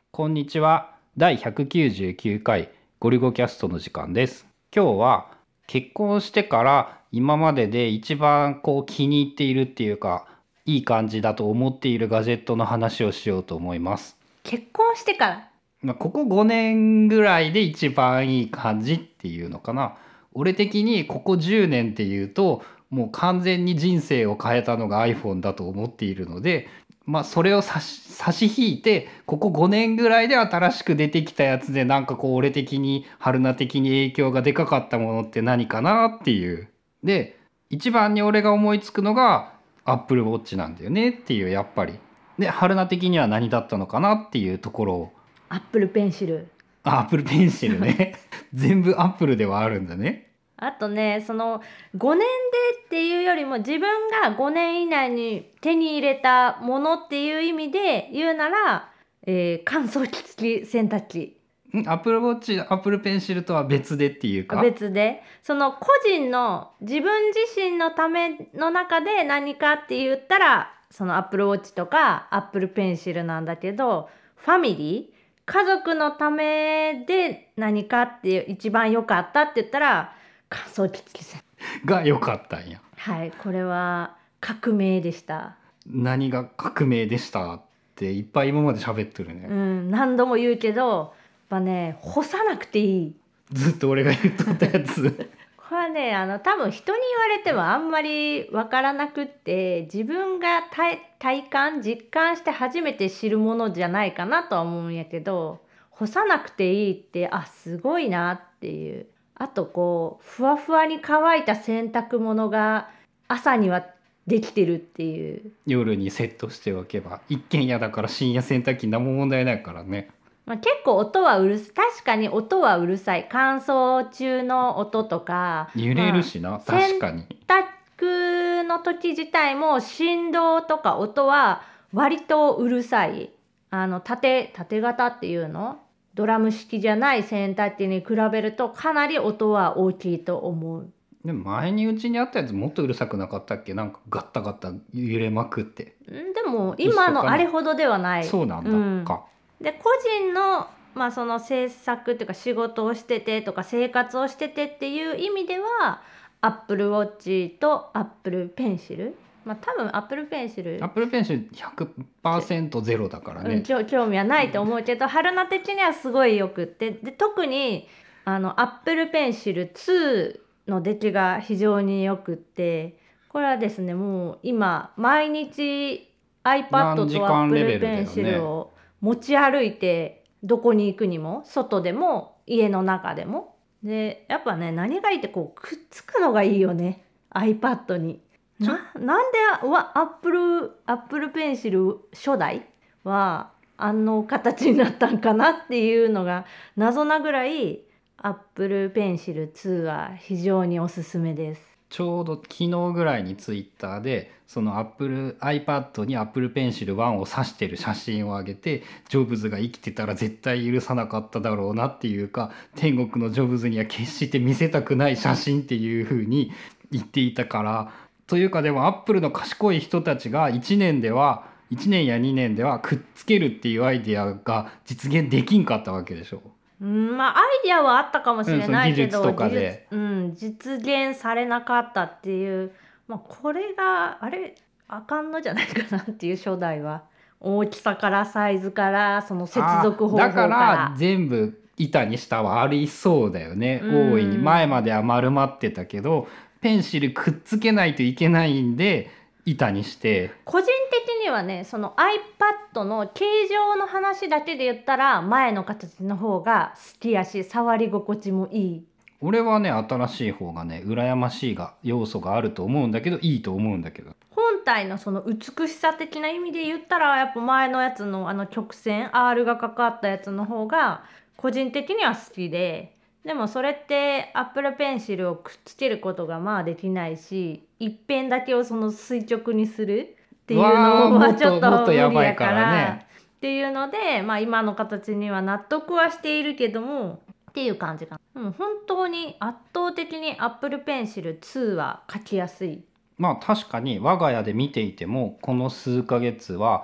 こんにちは。第199回ゴリゴキャストの時間です。今日は結婚してから今までで一番気に入っているっていうか、いい感じだと思っているガジェットの話をしようと思います。 結婚してからここ5年ぐらいで一番いい感じっていうのかな。俺的にここ10年っていうともう完全に人生を変えたのが iPhone だと思っているので、それを差し引いてここ5年ぐらいで新しく出てきたやつで俺的に春菜的に影響がでかかったものって何かなっていう。で一番に俺が思いつくのが Apple Watch なんだよねっていう、やっぱり。で春菜的には何だったのかなっていうところを。 アップルペンシル。 アップルペンシルね。全部アップルではあるんだね。 あとね、その5年でっていうよりも自分が5年以内に手に入れたものっていう意味で言うなら、乾燥機付き洗濯機。 アップルウォッチ、アップルペンシルとは別でっていうか。 別で、その個人の自分自身のための中で何かって言ったらそのアップルウォッチとかアップルペンシルなんだけど、ファミリー家族のためで何かって一番良かったって言ったら乾燥機付き洗濯が良かったんや。 はい、これは革命でした。 何が革命でしたっていっぱい今まで喋ってるね。 何度も言うけど、やっぱね、干さなくていい。 ずっと俺が言っとったやつ。 これはね、多分人に言われてもあんまりわからなくって、自分が体感実感して初めて知るものじゃないかなとは思うんやけど、干さなくていいってすごいなっていう。あとふわふわに乾いた洗濯物が朝にはできてるっていう。 夜にセットしておけば、一軒家だから深夜洗濯機何も問題ないからね。 結構音は確かに音はうるさい。乾燥中の音とか揺れるしな、確かに。 洗濯の時自体も振動とか音は割とうるさい。縦型っていうの、ドラム式じゃない洗濯機に比べるとかなり音は大きいと思う。 でも前にうちにあったやつもっとうるさくなかったっけ？ガッタガタ揺れまくって。 でも今のあれほどではない。 そうなんだか。 で個人のその制作っていうか仕事をしててとか生活をしててっていう意味ではアップルウォッチとアップルペンシル、多分アップルペンシル 100% ゼロだからね。 興味はないと思うけど、春菜的にはすごいよくって、で特にアップルペンシル2の出来が非常によくって、これはですね、もう今毎日 iPad とアップルペンシルを持ち歩いて、どこに行くにも外でも家の中でも。でやっぱね、何がいいってくっつくのがいいよね、 iPad に。なんでアップルペンシル初代は形になったんかなっていうのが謎なぐらい、アップルペンシル2は非常におすすめです。 ちょうど昨日ぐらいにツイッターでそのiPad に Apple Pencil 1を挿してる写真を上げて、ジョブズが生きてたら絶対許さなかっただろうなっていうか、天国のジョブズには決して見せたくない写真っていう風に言っていたから。というかでも Apple の賢い人たちが1年や2年ではくっつけるっていうアイデアが実現できんかったわけでしょ。 アイディアはあったかもしれないけど、 技術とかで実現されなかったっていう、これがあかんのじゃないかなっていう。初代は大きさからサイズからその接続方法から。 だから全部板にしたはありそうだよね。大いに前までは丸まってたけど、ペンシルくっつけないといけないんで板にして。 個人的にはね、その iPad の形状の話だけで言ったら前の形の方が好きやし、触り心地もいい。 俺はね、新しい方がね、羨ましい要素があると思うんだけど、いいと思うんだけど、 本体のその美しさ的な意味で言ったらやっぱ前のやつの曲線 R がかかったやつの方が個人的には好きで。でもそれってアップルペンシルをくっつけることができないし、一辺だけをその垂直にするっていうのはちょっと無理やからっていうので、今の形には納得はしているけどもっていう感じかな。本当に圧倒的にアップルペンシル2は書きやすい。 確かに我が家で見ていてもこの数ヶ月は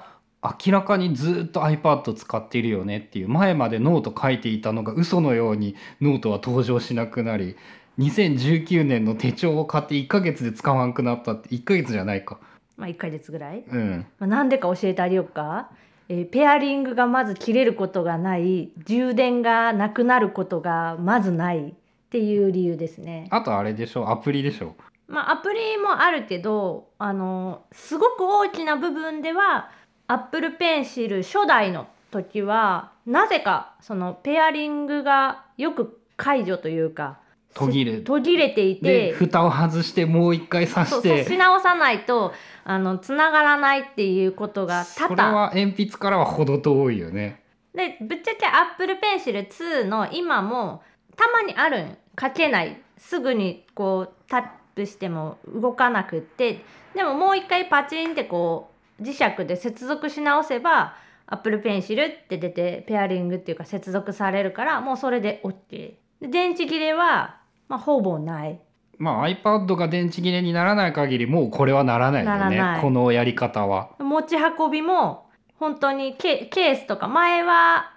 明らかにずっと iPad 使っているよねっていう、前までノート書いていたのが嘘のようにノートは登場しなくなり、2019年の手帳を買って1ヶ月で使わんくなったって。1ヶ月じゃないか。 まあ1ヶ月ぐらい、 うんなんでか教えてあげようか。ペアリングがまず切れることがない、充電がなくなることがまずないっていう理由ですね。 あとあれでしょ、アプリでしょ。 まあアプリもあるけど、すごく大きな部分では Apple Pencil 初代の時はなぜかそのペアリングがよく解除というか途切れていて、 で蓋を外してもう一回刺そうしてし直さないとつながらないっていうことが多々。 それは鉛筆からは程遠いよね。 でぶっちゃけ Apple Pencil 2の今もたまにあるん、書けない、すぐにこうタップしても動かなくって、でももう一回パチンってこう磁石で接続し直せば Apple Pencil って出てペアリングっていうか接続されるから、もうそれで OK で、電池切れは、ほぼない。 まあ iPad が電池切れにならない限りもうこれはならないよね。 ならないこのやり方は。 持ち運びも本当にケースとか、前は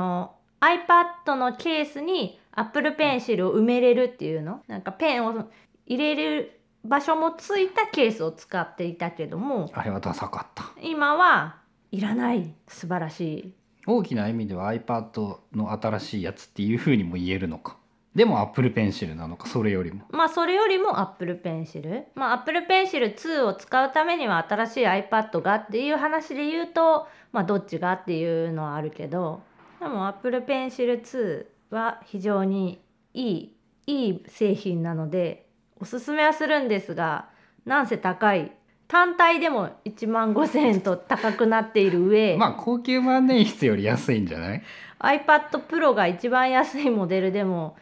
iPad のケースに Apple Pencil を埋めれるっていうの、なんかペンを入れる場所もついたケースを使っていたけども、 あれはダサかった。 今はいらない。素晴らしい。 大きな意味では iPad の新しいやつっていう風にも言えるのか。でも Apple Pencil なのか、それよりも。 それよりも Apple Pencil。Apple Pencil 2を使うためには新しい iPad がっていう話で言うと、どっちがっていうのはあるけど、でも Apple Pencil 2は非常にいい製品なのでおすすめはするんですが、なんせ高い。単体でも15,000円と高くなっている上、 高級万年筆より安いんじゃない？ iPad Pro が一番安いモデルでも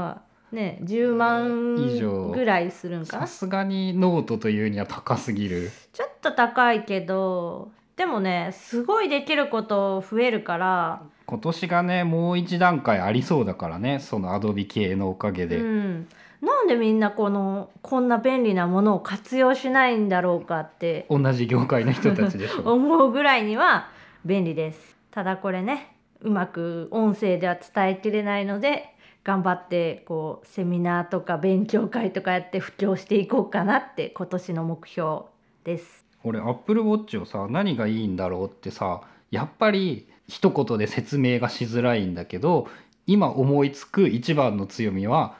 10万以上ぐらいするんかな。 さすがにノートというには高すぎる。 ちょっと高いけど、でもねすごいできること増えるから、 今年がねもう一段階ありそうだからね、その Adobe 系のおかげで、 なんでみんなこんな便利なものを活用しないんだろうかって同じ業界の人たちでしょ思うぐらいには便利です。ただこれね、うまく音声では伝えきれないので、頑張ってセミナーとか勉強会とかやって布教していこうかなって今年の目標です。 俺 Apple Watch をさ、何がいいんだろうってさ、やっぱり一言で説明がしづらいんだけど、今思いつく一番の強みは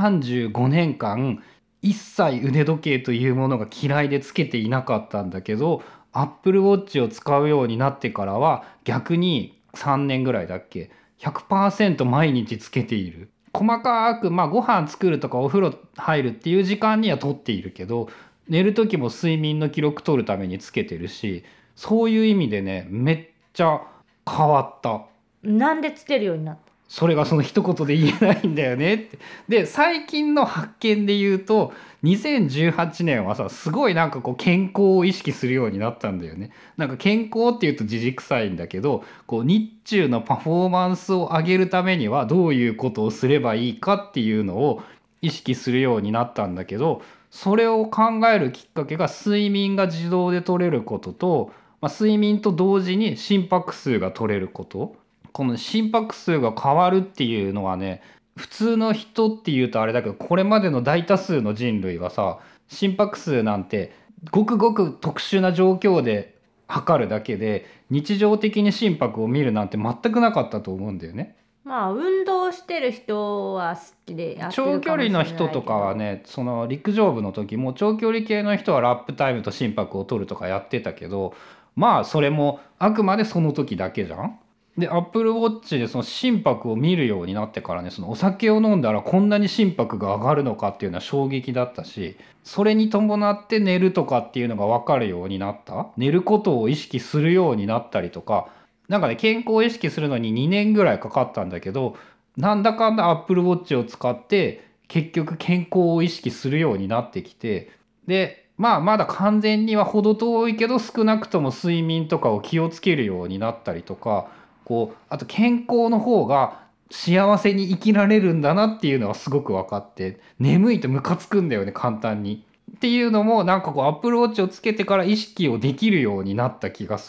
35年間一切腕時計というものが嫌いでつけていなかったんだけど、 Apple Watch を使うようになってからは逆に3年ぐらいだっけ、100% 毎日つけている。細かくご飯作るとかお風呂入るっていう時間には取っているけど、寝る時も睡眠の記録取るためにつけてるし、そういう意味でねめっちゃ変わった。 なんでつけるようになった？ それがその一言で言えないんだよねって。で最近の発見で言うと、2018年はさ、すごい健康を意識するようになったんだよね。健康っていうと自くさいんだけど、日中のパフォーマンスを上げるためにはどういうことをすればいいかっていうのを意識するようになったんだけど、それを考えるきっかけが睡眠が自動で取れることと、睡眠と同時に心拍数が取れること。この心拍数が変わるっていうのはね、普通の人っていうとあれだけど、これまでの大多数の人類はさ、心拍数なんてごくごく特殊な状況で測るだけで、日常的に心拍を見るなんて全くなかったと思うんだよね。 運動してる人は好きでやってるかもしれないけど、 長距離の人とかはね、その陸上部の時も長距離系の人はラップタイムと心拍を取るとかやってたけど、それもあくまでその時だけじゃん。で Apple Watch でその心拍を見るようになってからね、そのお酒を飲んだらこんなに心拍が上がるのかっていうのは衝撃だったし、それに伴って寝るとかっていうのが分かるようになった。寝ることを意識するようになったりとか、健康を意識するのに2年ぐらいかかったんだけど、なんだかんだ Apple Watch を使って結局健康を意識するようになってきて、でまだ完全には程遠いけど、少なくとも睡眠とかを気をつけるようになったりとか、あと健康の方が幸せに生きられるんだなっていうのはすごく分かって、眠いとムカつくんだよね、簡単に。っていうのもApple Watch をつけてから意識をできるようになった気がする。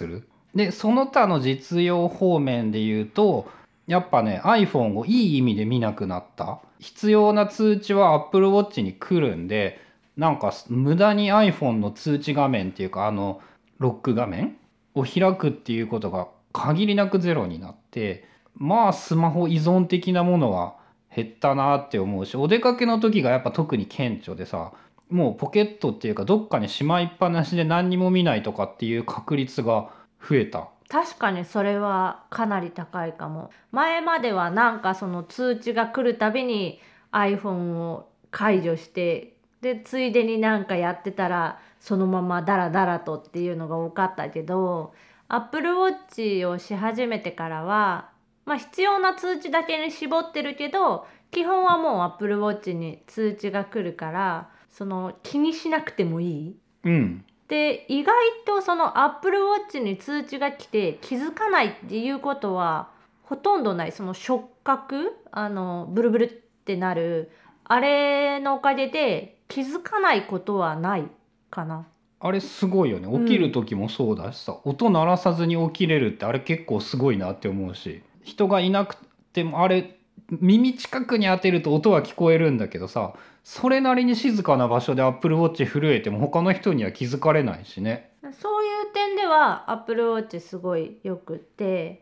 でその他の実用方面で言うとやっぱね iPhone をいい意味で見なくなった。必要な通知は Apple Watch に来るんで、なんか無駄に iPhone の通知画面っていうかロック画面を開くっていうことが限りなくゼロになって、まあスマホ依存的なものは減ったなって思うし、お出かけの時がやっぱ特に顕著でさ、もうポケットっていうかどっかにしまいっぱなしで何にも見ないとかっていう確率が増えた。 確かにそれはかなり高いかも。前まではなんかその通知が来るたびに iPhone を解除して、でついでになんかやってたらそのままダラダラとっていうのが多かったけど、 Apple Watch をし始めてからはまあ必要な通知だけに絞ってるけど、基本はもう Apple Watch に通知が来るから、その気にしなくてもいい。 うん。 で意外とその Apple Watch に通知が来て気づかないっていうことはほとんどない。その触覚、ブルブルってなるあれのおかげで気づかないことはないかな。 あれすごいよね。起きる時もそうだしさ、音鳴らさずに起きれるってあれ結構すごいなって思うし、人がいなくてもあれ耳近くに当てると音は聞こえるんだけどさ、それなりに静かな場所で Apple Watch 震えても他の人には気づかれないしね。 そういう点では Apple Watch すごいよくって、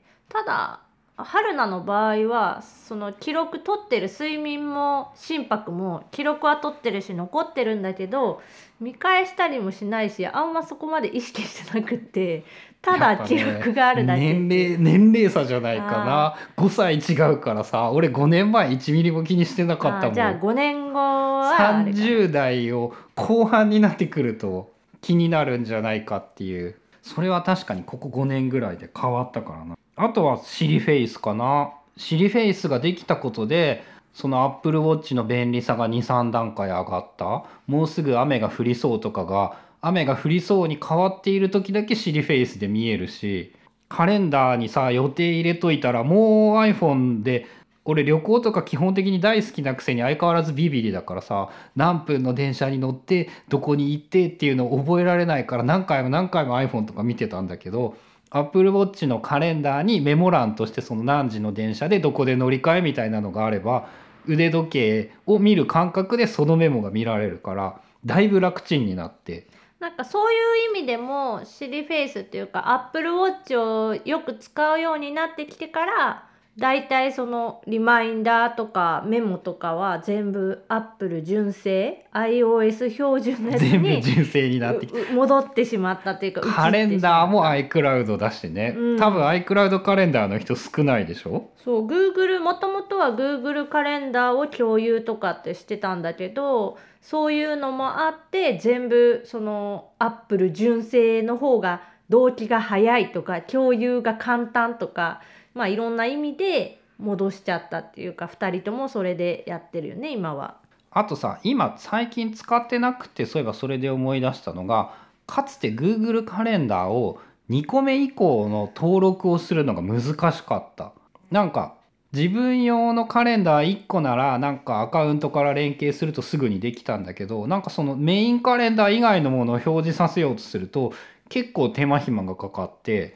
ただ春菜の場合はその記録取ってる、睡眠も心拍も記録は取ってるし残ってるんだけど、見返したりもしないし、あんまそこまで意識してなくって、ただ記録があるだけ。 年齢差じゃないかな。5歳違うからさ、俺5年前1ミリも気にしてなかったもん。 じゃあ5年後はあれかな。 30代を後半になってくると気になるんじゃないかっていう。それは確かにここ5年ぐらいで変わったからな。あとはシリフェイスかな。シリフェイスができたことでその Apple Watch の便利さが2、3段階上がった。もうすぐ雨が降りそうとかが、雨が降りそうに変わっている時だけシリフェイスで見えるし、カレンダーにさ予定入れといたらもう iPhone で、俺旅行とか基本的に大好きなくせに相変わらずビビリだからさ、何分の電車に乗ってどこに行ってっていうのを覚えられないから何回も何回も iPhone とか見てたんだけど、Apple Watch のカレンダーにメモ欄としてその何時の電車でどこで乗り換えみたいなのがあれば、腕時計を見る感覚でそのメモが見られるからだいぶ楽ちんになって。 なんかそういう意味でもシリフェイスっていうか Apple Watch をよく使うようになってきてから、だいたいそのリマインダーとかメモとかは全部 Apple 純正 iOS 標準のやつ全部に純正になってきて、 戻ってしまったっていうか、 カレンダーも移ってしまった。 iCloud だしね、 うん多分 iCloud カレンダーの人少ないでしょ。 そう Google もともとは Google カレンダーを共有とかってしてたんだけど、そういうのもあって全部その Apple 純正の方が同期が早いとか共有が簡単とか、まあいろんな意味で戻しちゃったっていうか、2人ともそれでやってるよね今は。 あとさ、今最近使ってなくて、そういえばそれで思い出したのが、かつて Google カレンダーを2個目以降の登録をするのが難しかった。なんか自分用のカレンダー1個ならなんかアカウントから連携するとすぐにできたんだけど、なんかそのメインカレンダー以外のものを表示させようとすると結構手間暇がかかって、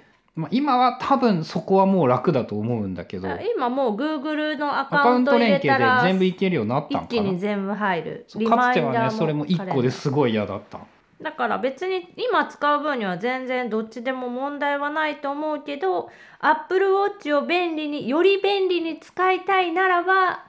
今は多分そこはもう楽だと思うんだけど、 今もう Google のアアカウントカウント入連携でれたら全部いけるようになったん一気かな。 に全部入る。 そうかつてはねそれも1個ですごい嫌だった。 だから別に今使う分には全然どっちでも問題はないと思うけど、 Apple Watch をより便利に使いたいならば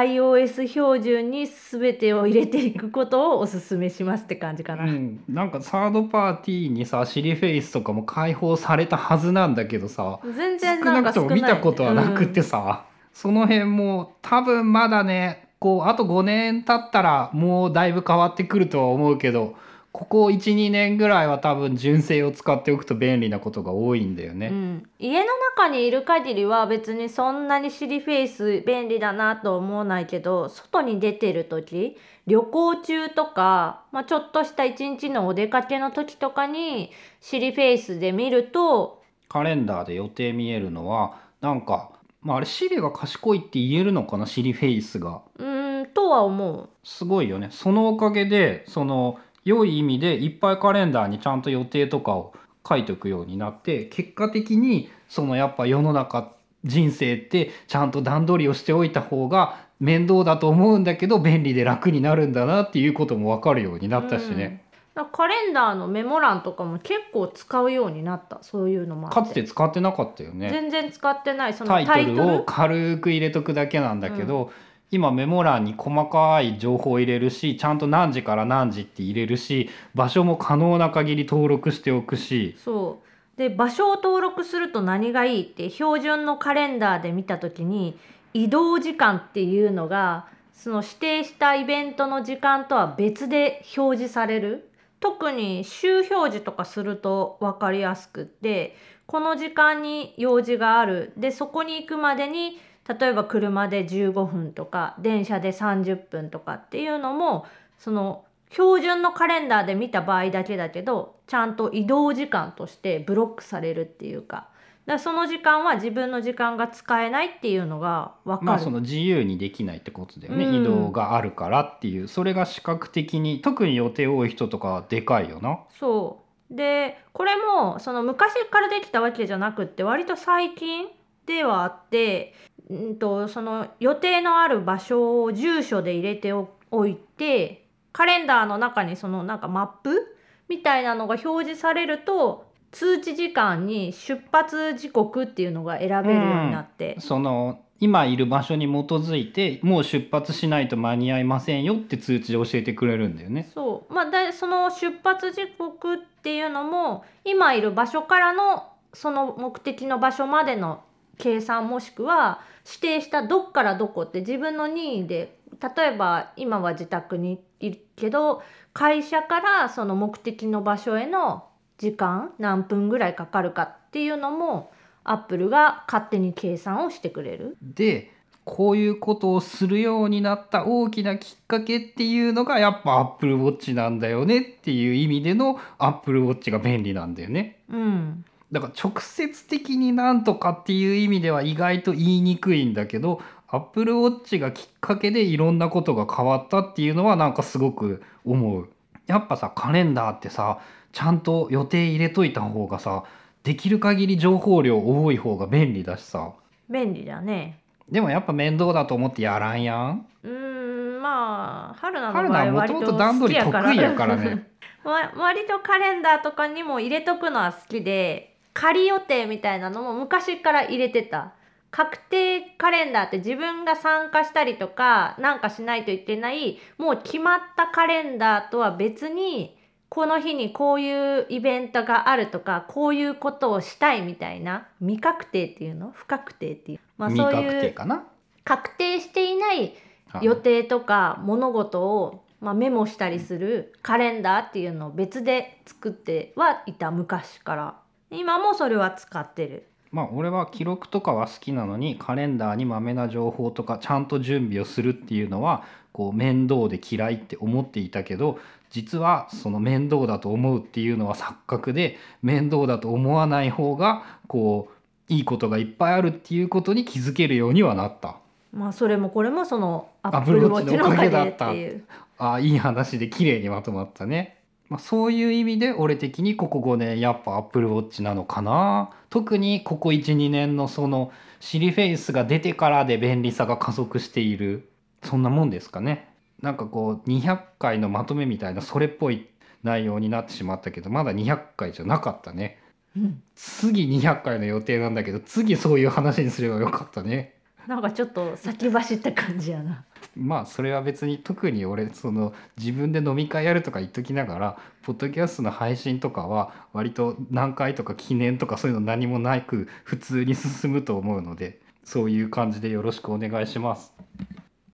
iOS 標準に全てを入れていくことをおすすめしますって感じかな。 なんかサードパーティーにさシリフェイスとかも開放されたはずなんだけどさ、 全然少なかなんくとも見たことはなくってさ、その辺も多分まだね、こうあと5年経ったらもうだいぶ変わってくるとは思うけど、ここ 1,2 年ぐらいは多分純正を使っておくと便利なことが多いんだよね。 家の中にいる限りは別にそんなにシリフェイス便利だなと思わないけど、外に出てる時、旅行中とか、ちょっとした一日のお出かけの時とかにシリフェイスで見ると、 カレンダーで予定見えるのはなんか、あれシリが賢いって言えるのかな、シリフェイスが。 とは思う。 すごいよね。そのおかげでその良い意味でいっぱいカレンダーにちゃんと予定とかを書いておくようになって、結果的にそのやっぱ世の中人生ってちゃんと段取りをしておいた方が面倒だと思うんだけど便利で楽になるんだなっていうことも分かるようになったしね。 だからカレンダーのメモ欄とかも結構使うようになった。そういうのもあって。 かつて使ってなかったよね。 全然使ってない。そのタタイトルイトルを軽く入れとくだけなんだけど、今メモ欄に細かい情報を入れるし、ちゃんと何時から何時って入れるし、場所も可能な限り登録しておくし。 そうで、場所を登録すると何がいいって標準のカレンダーで見た時に、移動時間っていうのがその指定したイベントの時間とは別で表示される。特に週表示とかすると分かりやすくって、この時間に用事がある。でそこに行くまでに例えば車で15分とか電車で30分とかっていうのも、その標準のカレンダーで見た場合だけだけど、ちゃんと移動時間としてブロックされるっていうか、だからその時間は自分の時間が使えないっていうのが分かる。 その自由にできないってことだよね、移動があるからっていう。それが視覚的に特に予定多い人とかはでかいよな。 そうで、これもその昔からできたわけじゃなくって割と最近ではあって、その予定のある場所を住所で入れておいて、カレンダーの中にそのなんかマップみたいなのが表示されると、通知時間に出発時刻っていうのが選べるようになって、 その今いる場所に基づいてもう出発しないと間に合いませんよって通知で教えてくれるんだよね。 そう、その出発時刻っていうのも今いる場所からのその目的の場所までの計算、もしくは指定したどっからどこって自分の任意で、例えば今は自宅にいるけど会社からその目的の場所への時間何分ぐらいかかるかっていうのもアップルが勝手に計算をしてくれる。 でこういうことをするようになった大きなきっかけっていうのがやっぱ Apple Watch なんだよねっていう意味での Apple Watch が便利なんだよね。だから直接的になんとかっていう意味では意外と言いにくいんだけど、 Apple Watch がきっかけでいろんなことが変わったっていうのはなんかすごく思う。やっぱさ、カレンダーってさ、ちゃんと予定入れといた方がさ、できる限り情報量多い方が便利だしさ。 便利だね。 でもやっぱ面倒だと思ってやらんやん。 春菜の場合は割と好きやからね割とカレンダーとかにも入れとくのは好きで、仮予定みたいなのも昔から入れてた。確定カレンダーって自分が参加したりとかなんかしないといけないもう決まったカレンダーとは別に、この日にこういうイベントがあるとかこういうことをしたいみたいな、未確定っていうの、不確定っていう、そういう未確定かな、 確定していない予定とか物事をメモしたりするカレンダーっていうのを別で作ってはいた、昔から。今もそれは使ってる。 俺は記録とかは好きなのに、カレンダーにまめな情報とかちゃんと準備をするっていうのはこう面倒で嫌いって思っていたけど、実はその面倒だと思うっていうのは錯覚で、面倒だと思わない方がこういいことがいっぱいあるっていうことに気づけるようにはなった。 それもこれもそのApple Watchのおかげだったっていう。 いい話で綺麗にまとまったね。そういう意味で俺的にここ5年やっぱ Apple Watch なのかな。特にここ 1,2 年のそのシリフェイスが出てからで便利さが加速している、そんなもんですかね。なんかこう200回のまとめみたいなそれっぽい内容になってしまったけど、まだ200回じゃなかったね。次200回の予定なんだけど、次そういう話にすればよかったね。 なんかちょっと先走った感じやな。 それは別に特に俺その自分で飲み会やるとか言っときながら、ポッドキャストの配信とかは割と何回とか記念とかそういうの何もなく普通に進むと思うので、そういう感じでよろしくお願いします。